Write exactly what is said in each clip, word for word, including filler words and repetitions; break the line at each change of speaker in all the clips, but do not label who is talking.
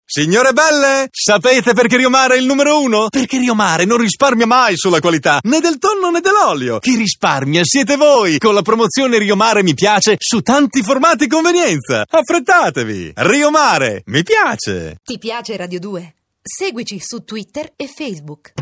Signore belle, sapete perché Rio Mare è il numero uno? Perché Rio Mare non risparmia mai sulla qualità, né del tonno né dell'olio. Chi risparmia siete voi, con la promozione Rio Mare mi piace su tanti formati convenienza. Affrettatevi! Rio Mare, mi piace!
Ti piace Radio due? Seguici su Twitter e Facebook.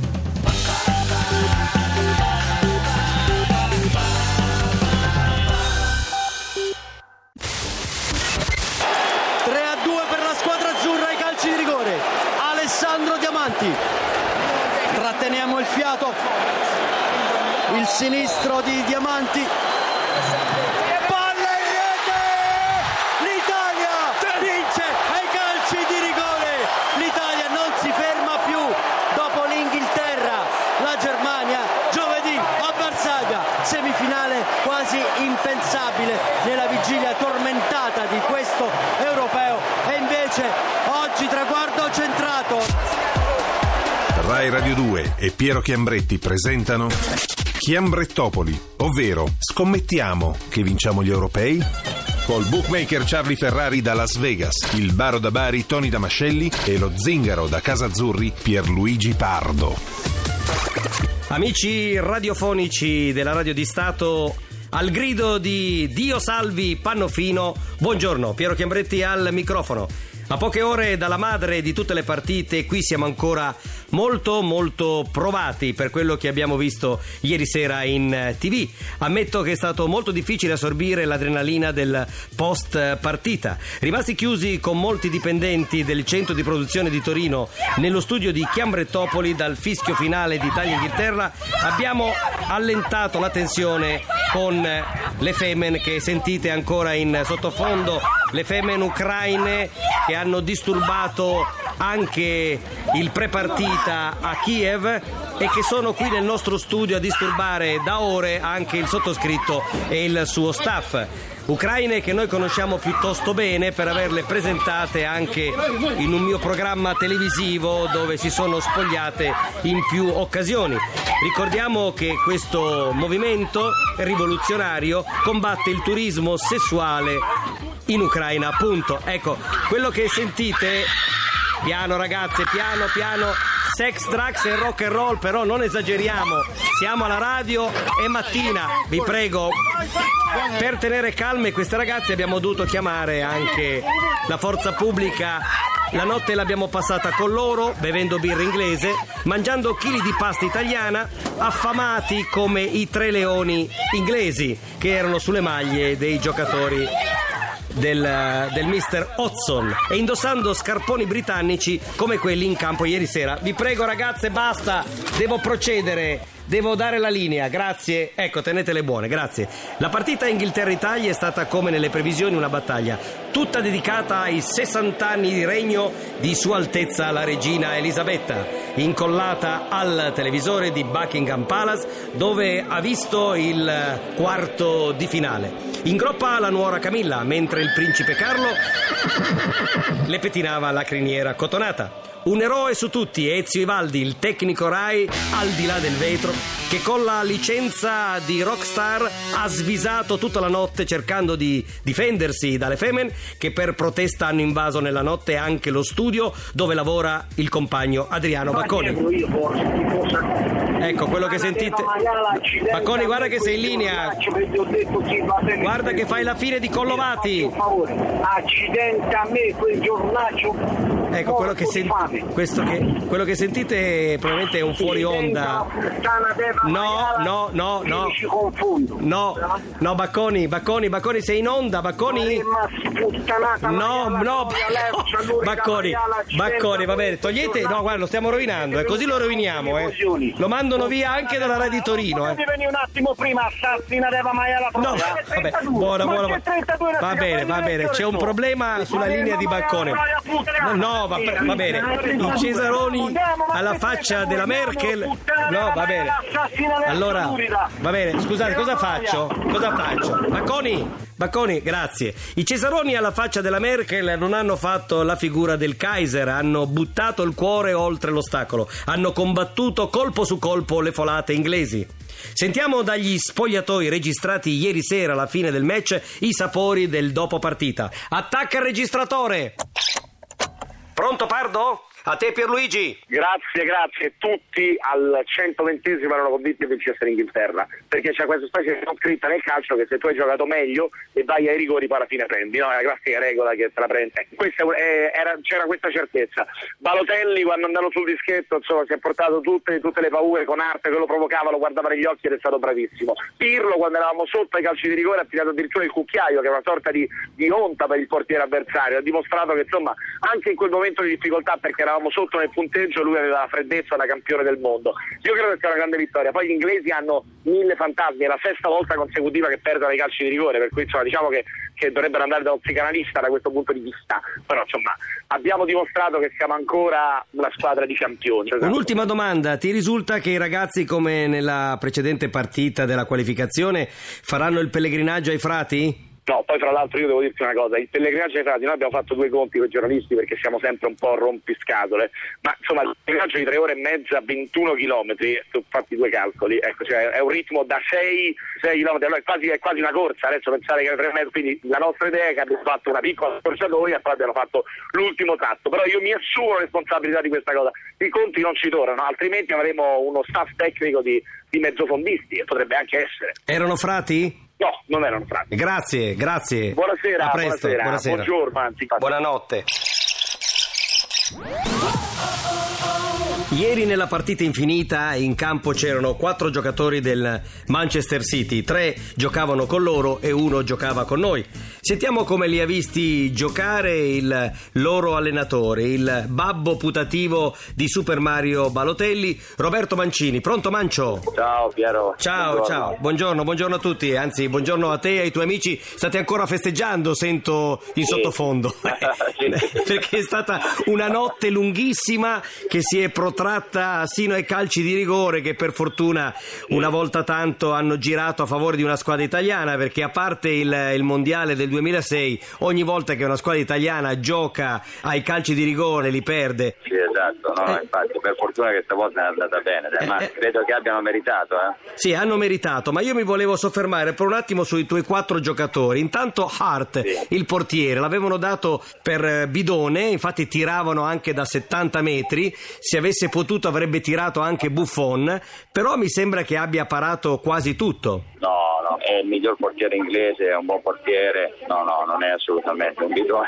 tre a due per la squadra azzurra ai calci di rigore. Alessandro Diamanti. Tratteniamo il fiato. Il sinistro di Diamanti. Palla in rete! L'Italia vince ai calci di rigore. L'Italia non si ferma più dopo l'Inghilterra. La Germania giovedì a Varsavia. Semifinale quasi impensabile nella vigilia tormentata di questo europeo, e invece oggi traguardo centrato.
Rai Radio due e Piero Chiambretti presentano Chiambrettopoli, ovvero scommettiamo che vinciamo gli europei? Col bookmaker Charlie Ferrari da Las Vegas, il baro da Bari Tony Damascelli e lo zingaro da Casa Azzurri Pierluigi Pardo.
Amici radiofonici della Radio di Stato, al grido di Dio salvi Pannofino, buongiorno, Piero Chiambretti al microfono. A poche ore dalla madre di tutte le partite, qui siamo ancora molto molto provati per quello che abbiamo visto ieri sera in tivù. Ammetto che è stato molto difficile assorbire l'adrenalina del post partita. Rimasti chiusi con molti dipendenti del centro di produzione di Torino nello studio di Chiambrettopoli dal fischio finale di Italia-Inghilterra, abbiamo allentato la tensione con le Femen che sentite ancora in sottofondo, le Femen ucraine che hanno disturbato anche il pre-partita a Kiev e che sono qui nel nostro studio a disturbare da ore anche il sottoscritto e il suo staff. Ucraine che noi conosciamo piuttosto bene per averle presentate anche in un mio programma televisivo dove si sono spogliate in più occasioni. Ricordiamo che questo movimento rivoluzionario combatte il turismo sessuale in Ucraina, appunto. Ecco, quello che sentite, piano ragazze, piano piano, sex, drugs e rock and roll, però non esageriamo, siamo alla radio e mattina, vi prego. Per tenere calme queste ragazze abbiamo dovuto chiamare anche la forza pubblica. La notte l'abbiamo passata con loro, bevendo birra inglese, mangiando chili di pasta italiana, affamati come i tre leoni inglesi che erano sulle maglie dei giocatori del, del mister Hodgson, e indossando scarponi britannici come quelli in campo ieri sera. Vi prego ragazze, basta, devo procedere. Devo dare la linea, grazie. Ecco, tenetele buone, grazie. La partita Inghilterra-Italia è stata, come nelle previsioni, una battaglia tutta dedicata ai sessanta anni di regno di Sua Altezza la Regina Elisabetta, incollata al televisore di Buckingham Palace, dove ha visto il quarto di finale. In groppa la nuora Camilla, mentre il principe Carlo le pettinava la criniera cotonata. Un eroe su tutti, Ezio Ivaldi, il tecnico Rai al di là del vetro, che con la licenza di rockstar ha svisato tutta la notte cercando di difendersi dalle Femen che per protesta hanno invaso nella notte anche lo studio dove lavora il compagno Adriano Bacconi. Ecco quello che sentite. Bacconi, guarda che sei in linea. Guarda che fai la fine di Collovati.
Accidente a me quel giornaccio.
Ecco quello che, sen- questo che, quello che sentite probabilmente è un fuori onda. No, no, no, no. No, no, Bacconi, Bacconi, Bacconi, sei in onda, Bacconi. No, no, Bacconi, Bacconi, va bene, togliete, no, guarda, lo stiamo rovinando, eh, così lo roviniamo, eh. Lo mandano via anche dalla Rai di Torino, eh.
Veni un attimo prima, assassina Deva Maiala.
No, vabbè, buona, buona. Va bene, va bene, c'è un problema sulla linea di Bacconi. No, va, va bene, i Cesaroni alla faccia della Merkel. No, va bene. Allora, va bene, scusate, cosa faccio? Cosa faccio? Bacconi, Bacconi, grazie. I Cesaroni alla faccia della Merkel non hanno fatto la figura del Kaiser, hanno buttato il cuore oltre l'ostacolo, hanno combattuto colpo su colpo le folate inglesi. Sentiamo dagli spogliatoi registrati ieri sera alla fine del match i sapori del dopo partita. Attacca il registratore! Pronto Pardo? A te Pierluigi.
Grazie, grazie. Tutti al centoventesimo erano convinti che vincesse l'Inghilterra, perché c'è questa specie di non scritta nel calcio che se tu hai giocato meglio e vai ai rigori poi alla fine prendi, no? È la classica regola che te la prendi. Questa è, era, c'era questa certezza. Balotelli quando andava sul dischetto, insomma, si è portato tutte, tutte le paure con arte che lo provocava, lo guardava negli occhi ed è stato bravissimo. Pirlo quando eravamo sotto ai calci di rigore ha tirato addirittura il cucchiaio, che è una sorta di, di onta per il portiere avversario, ha dimostrato che insomma anche in quel momento di difficoltà, perché eravamo sotto nel punteggio, lui aveva la freddezza da campione del mondo. Io credo che sia una grande vittoria. Poi gli inglesi hanno mille fantasmi, è la sesta volta consecutiva che perdono i calci di rigore, per cui insomma diciamo che, che dovrebbero andare da un psicanalista da questo punto di vista, però insomma abbiamo dimostrato che siamo ancora una squadra di campioni. Esatto.
Un'ultima domanda: ti risulta che i ragazzi, come nella precedente partita della qualificazione, faranno il pellegrinaggio ai frati?
No, poi fra l'altro io devo dirti una cosa, il pellegrinaggio ai frati, noi abbiamo fatto due conti con i giornalisti perché siamo sempre un po' rompiscatole, ma insomma il pellegrinaggio di tre ore e mezza, ventuno chilometri, fatti due calcoli, ecco, cioè è un ritmo da sei chilometri, allora è quasi, è quasi una corsa, adesso pensare che è tre e mezzo, quindi la nostra idea è che abbiamo fatto una piccola scorciatoia e poi abbiamo fatto l'ultimo tratto, però io mi assumo la responsabilità di questa cosa, i conti non ci tornano, altrimenti avremo uno staff tecnico di, di mezzofondisti, e potrebbe anche essere.
Erano frati?
No, non erano frati.
Grazie, grazie.
Buonasera,
a presto,
buonasera,
buonasera.
buongiorno, anzi.
Buonanotte. Ieri nella partita infinita in campo c'erano quattro giocatori del Manchester City, tre giocavano con loro e uno giocava con noi. Sentiamo come li ha visti giocare il loro allenatore, il babbo putativo di Super Mario Balotelli, Roberto Mancini. Pronto Mancio?
Ciao Piero.
Ciao,
buongiorno.
ciao, buongiorno, buongiorno a tutti, anzi buongiorno a te e ai tuoi amici. State ancora festeggiando, sento in
Sì.
sottofondo,
Sì.
perché è stata una notte lunghissima che si è protratta sino ai calci di rigore, che per fortuna una volta tanto hanno girato a favore di una squadra italiana, perché a parte il, il mondiale del duemilasei, ogni volta che una squadra italiana gioca ai calci di rigore li perde.
Sì, esatto, no,
Eh.
infatti per fortuna che stavolta è andata bene, dai, ma
Eh, eh.
credo che abbiano meritato, eh.
Sì, hanno meritato, ma io mi volevo soffermare per un attimo sui tuoi quattro giocatori. Intanto Hart,
Sì.
il portiere, l'avevano dato per eh, bidone, infatti tiravano anche da settanta metri, se avesse potuto avrebbe tirato anche Buffon, però mi sembra che abbia parato quasi tutto.
No, no, è il miglior portiere inglese, è un buon portiere, no, no, non è assolutamente un bidone.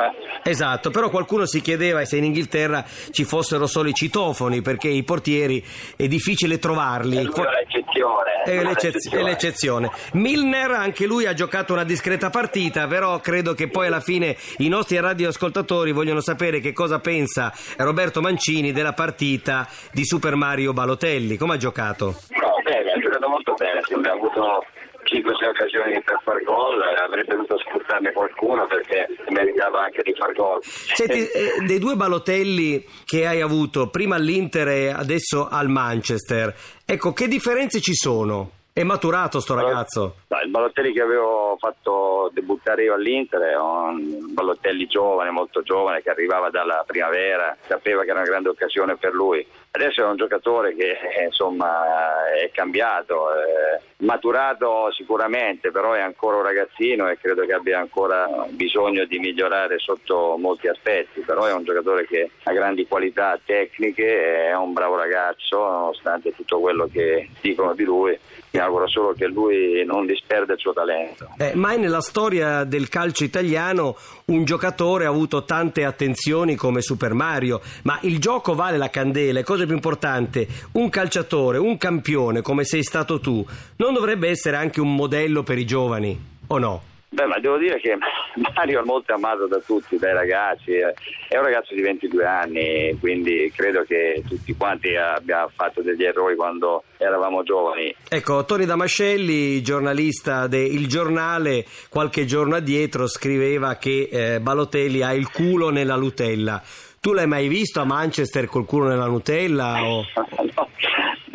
Esatto, però qualcuno si chiedeva se in Inghilterra ci fossero solo i citofoni, perché i portieri è difficile trovarli.
È lui l'eccezione.
È l'eccez- è l'eccezione. Milner, anche lui ha giocato una discreta partita, però credo che poi alla fine i nostri radioascoltatori vogliono sapere che cosa pensa Roberto Mancini della partita di Super Mario Balotelli. Come ha giocato?
No, bene, ha giocato molto bene, ha avuto cinque sei occasioni per far gol, avrebbe dovuto sfruttarne qualcuno perché meritava anche di far gol.
Senti, eh, dei due Balotelli che hai avuto, prima all'Inter e adesso al Manchester, ecco, che differenze ci sono? È maturato sto ragazzo?
No, il Balotelli che avevo fatto debuttare io all'Inter è un Balotelli giovane, molto giovane, che arrivava dalla primavera, sapeva che era una grande occasione per lui. Adesso è un giocatore che eh, insomma è cambiato, è maturato sicuramente, però è ancora un ragazzino e credo che abbia ancora bisogno di migliorare sotto molti aspetti, però è un giocatore che ha grandi qualità tecniche, è un bravo ragazzo nonostante tutto quello che dicono di lui. Mi auguro solo che lui non disperda il suo talento.
Eh, mai nella storia del calcio italiano un giocatore ha avuto tante attenzioni come Super Mario, ma il gioco vale la candela. È cosa più importante, un calciatore, un campione come sei stato tu, non dovrebbe essere anche un modello per i giovani, o no?
Beh, ma devo dire che Mario è molto amato da tutti, dai ragazzi, è un ragazzo di ventidue anni, quindi credo che tutti quanti abbiamo fatto degli errori quando eravamo giovani.
Ecco, Tony Damascelli, giornalista de Il Giornale, qualche giorno addietro scriveva che eh, Balotelli ha il culo nella Nutella. Tu l'hai mai visto a Manchester col culo nella Nutella? O...
no,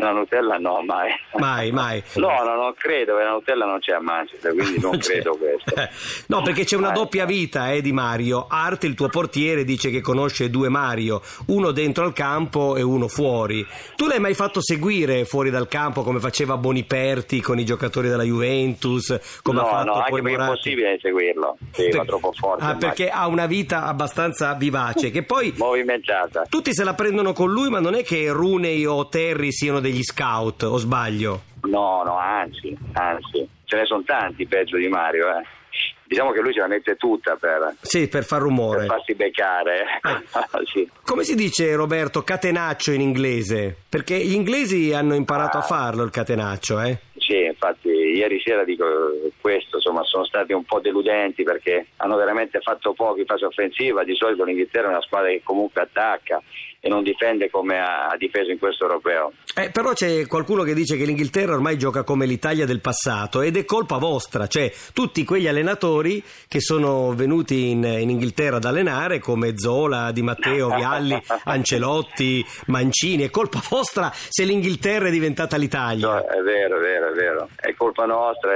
La Nutella no, mai.
Mai, mai.
No, no, non credo, la Nutella non c'è a Manchester, quindi non credo questo.
No, perché c'è una
Mai.
doppia vita eh, di Mario. Art, il tuo portiere, dice che conosce due Mario, uno dentro al campo e uno fuori. Tu l'hai mai fatto seguire fuori dal campo come faceva Boniperti con i giocatori della Juventus? Come
no,
ha fatto
no, anche
poi
perché
Moratti?
è impossibile seguirlo, sì,
Per-
va troppo forte.
Ah, perché ha una vita abbastanza vivace, che poi
movimentata.
tutti se la prendono con lui, ma non è che Rooney o Terry siano degli scout, o sbaglio?
No, no, anzi, anzi, ce ne sono tanti peggio di Mario, eh. Diciamo che lui ce la mette tutta per,
Sì, per far rumore.
per farsi beccare.
Ah.
Sì.
Come si dice, Roberto, catenaccio in inglese? Perché gli inglesi hanno imparato
Ah.
a farlo il catenaccio, eh?
Sì, infatti ieri sera dico questo, insomma, sono stati un po' deludenti perché hanno veramente fatto poco in fase offensiva. Di solito l'Inghilterra è una squadra che comunque attacca e non difende come ha, ha difeso in questo europeo.
Eh, però c'è qualcuno che dice che l'Inghilterra ormai gioca come l'Italia del passato ed è colpa vostra, cioè tutti quegli allenatori che sono venuti in, in Inghilterra ad allenare come Zola, Di Matteo, Vialli, Ancelotti, Mancini, è colpa vostra se l'Inghilterra è diventata l'Italia.
No, è vero, è vero, è vero. È colpa nostra,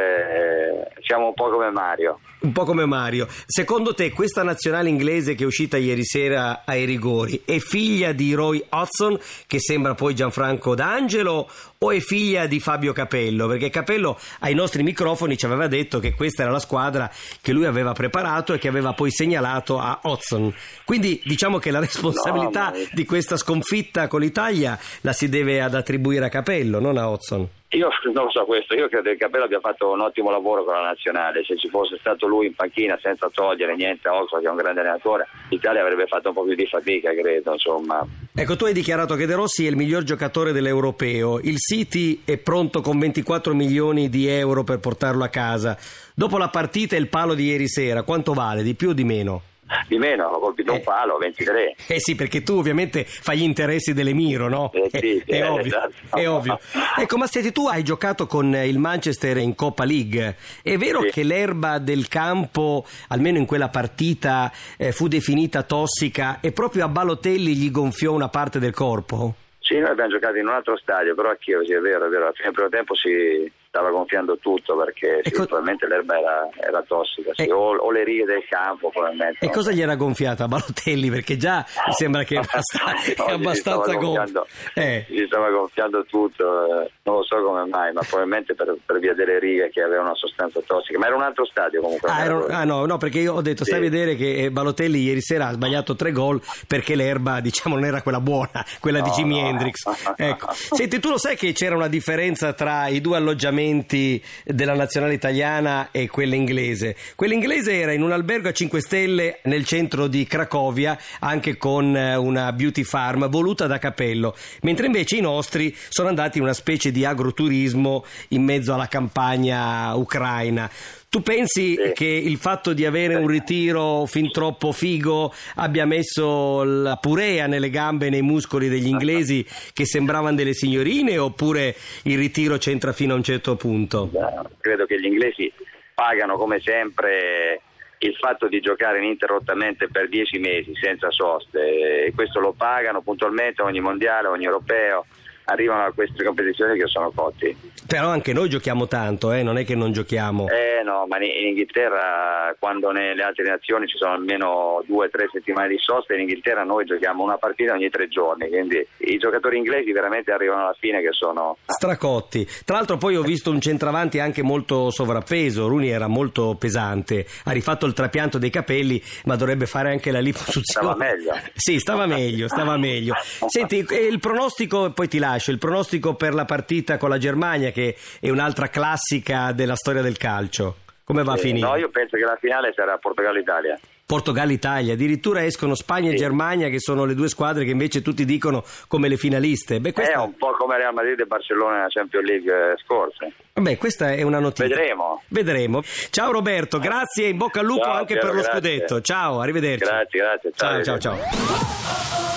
e siamo un po' come Mario.
Un po' come Mario. Secondo te questa nazionale inglese che è uscita ieri sera ai rigori è figlia di Roy Hodgson, che sembra poi Gianfranco D'Angelo, o è figlia di Fabio Capello? Perché Capello ai nostri microfoni ci aveva detto che questa era la squadra che lui aveva preparato e che aveva poi segnalato a Hodgson. Quindi diciamo che la responsabilità
No, ma-
di questa sconfitta con l'Italia la si deve ad attribuire a Capello, non a Hodgson.
Io non lo so questo, io credo che Capello abbia fatto un ottimo lavoro con la nazionale. Se ci fosse stato lui in panchina senza togliere niente a Oxford, che è un grande allenatore, l'Italia avrebbe fatto un po' più di fatica, credo, insomma.
Ecco, tu hai dichiarato che De Rossi è il miglior giocatore dell'Europeo. Il City è pronto con ventiquattro milioni di euro per portarlo a casa. Dopo la partita e il palo di ieri sera, quanto vale? Di più o di meno?
Di meno, ho colpito
Eh.
un palo, ventitré.
Eh sì, perché tu ovviamente fai gli interessi dell'Emiro, no?
Eh sì,
è,
sì,
ovvio,
esatto.
è ovvio. Ecco, ma senti, tu hai giocato con il Manchester in Coppa League. È vero
Sì.
che l'erba del campo, almeno in quella partita, eh, fu definita tossica e proprio a Balotelli gli gonfiò una parte del corpo?
Sì, noi abbiamo giocato in un altro stadio, però anch'io, sì, è vero, è vero. Alla fine del primo tempo si stava gonfiando tutto perché sì,
Ecco-
probabilmente l'erba era, era tossica, sì,
E-
o, o le righe del campo probabilmente.
E cosa gli era gonfiata a Balotelli? Perché già mi sembra che è abbast-
No,
è
gli stava
abbastanza gonfio.
gonfiando-
Eh.
Gli stava gonfiando tutto, eh, non lo so come mai, ma probabilmente per, per via delle righe che avevano una sostanza tossica. Ma era un altro stadio comunque.
Ah,
non era
ero-
quello.
ah, no, no, perché io ho detto,
Sì.
stai a vedere che eh, Balotelli ieri sera ha sbagliato tre gol perché l'erba, diciamo, non era quella buona, quella di
No,
Jimi
no.
Hendrix. Ecco. Senti, tu lo sai che c'era una differenza tra i due alloggiamenti della nazionale italiana e quella inglese? Quella inglese era in un albergo a cinque stelle nel centro di Cracovia, anche con eh, una beauty farm voluta da Capello, mentre invece i nostri sono andati in una specie di agroturismo in mezzo alla campagna ucraina. Tu pensi
Sì.
che il fatto di avere un ritiro fin troppo figo abbia messo la purea nelle gambe e nei muscoli degli inglesi che sembravano delle signorine, oppure il ritiro c'entra fino a un certo punto?
Eh, Credo che gli inglesi pagano come sempre il fatto di giocare ininterrottamente per dieci mesi senza soste, e questo lo pagano puntualmente ogni mondiale, ogni europeo. Arrivano a queste competizioni che sono cotti.
Però anche noi giochiamo tanto, eh? Non è che non giochiamo.
Eh no, ma in Inghilterra, quando nelle altre nazioni ci sono almeno due o tre settimane di sosta, in Inghilterra noi giochiamo una partita ogni tre giorni, quindi i giocatori inglesi veramente arrivano alla fine che sono...
Stracotti. Tra l'altro poi ho visto un centravanti anche molto sovrappeso. Rooney era molto pesante, ha rifatto il trapianto dei capelli, ma dovrebbe fare anche la liposuzione.
Stava meglio.
Sì, stava meglio, stava meglio. Senti, e il pronostico, poi ti lascio, il pronostico per la partita con la Germania, che è un'altra classica della storia del calcio. Come va a
Eh,
finire?
No, io penso che la finale sarà Portogallo-Italia.
Portogallo-Italia, addirittura escono Spagna
Sì.
e Germania, che sono le due squadre che invece tutti dicono come le finaliste. Beh,
È
questa,
un po' come Real Madrid e Barcellona nella Champions League eh, scorsa.
beh, questa è una notizia.
Vedremo.
Vedremo. Ciao Roberto, grazie e in bocca al lupo
Ciao,
anche
Piero,
per lo
grazie.
scudetto. Ciao, arrivederci.
Grazie, grazie.
Ciao,
Ciao,
ciao, ciao.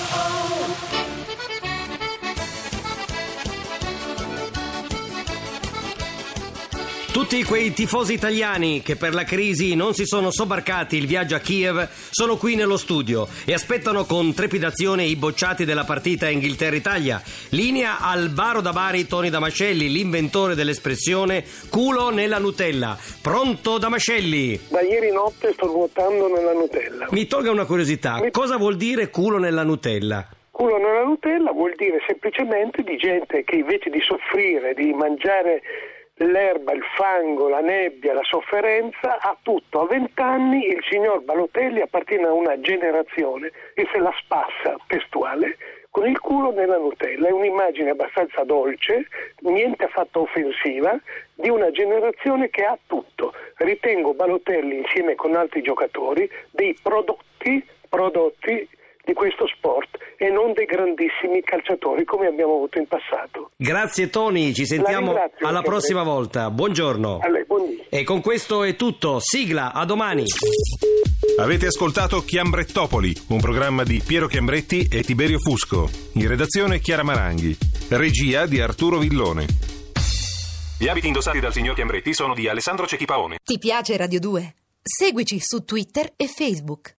Tutti quei tifosi italiani che per la crisi non si sono sobbarcati il viaggio a Kiev sono qui nello studio e aspettano con trepidazione i bocciati della partita Inghilterra-Italia. Linea al baro da Bari Tony Damascelli, l'inventore dell'espressione culo nella Nutella. Pronto Damascelli?
Da ieri notte sto nuotando nella Nutella.
Mi tolga una curiosità,
Mi...
cosa vuol dire culo nella Nutella?
Culo nella Nutella vuol dire semplicemente di gente che invece di soffrire, di mangiare l'erba, il fango, la nebbia, la sofferenza, ha tutto. A vent'anni il signor Balotelli appartiene a una generazione e se la spassa, testuale, con il culo nella Nutella. È un'immagine abbastanza dolce, niente affatto offensiva, di una generazione che ha tutto. Ritengo Balotelli, insieme con altri giocatori, dei prodotti, prodotti di questo sport e non dei grandissimi calciatori come abbiamo avuto in passato.
Grazie Tony, ci sentiamo alla prossima volta. Buongiorno.
A lei, buongiorno.
E con questo è tutto. Sigla, a domani.
Avete ascoltato Chiambrettopoli, un programma di Piero Chiambretti e Tiberio Fusco. In redazione Chiara Maranghi. Regia di Arturo Villone. Gli abiti indossati dal signor Chiambretti sono di Alessandro Cecchi Paone.
Ti piace Radio due? Seguici su Twitter e Facebook.